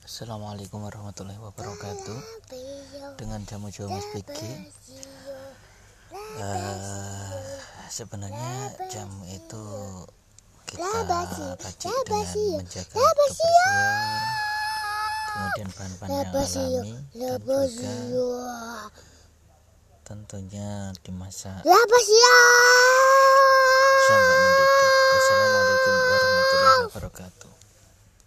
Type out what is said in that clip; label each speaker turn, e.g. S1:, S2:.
S1: Assalamualaikum warahmatullahi wabarakatuh. Dengan jamu Mas PG. Sebenarnya jamu itu kita racik dengan menjaga kebersihan, kemudian bahan-bahan yang alami, dan juga tentunya dimasak sampai mendidih. Wassalamualaikum warahmatullahi wabarakatuh.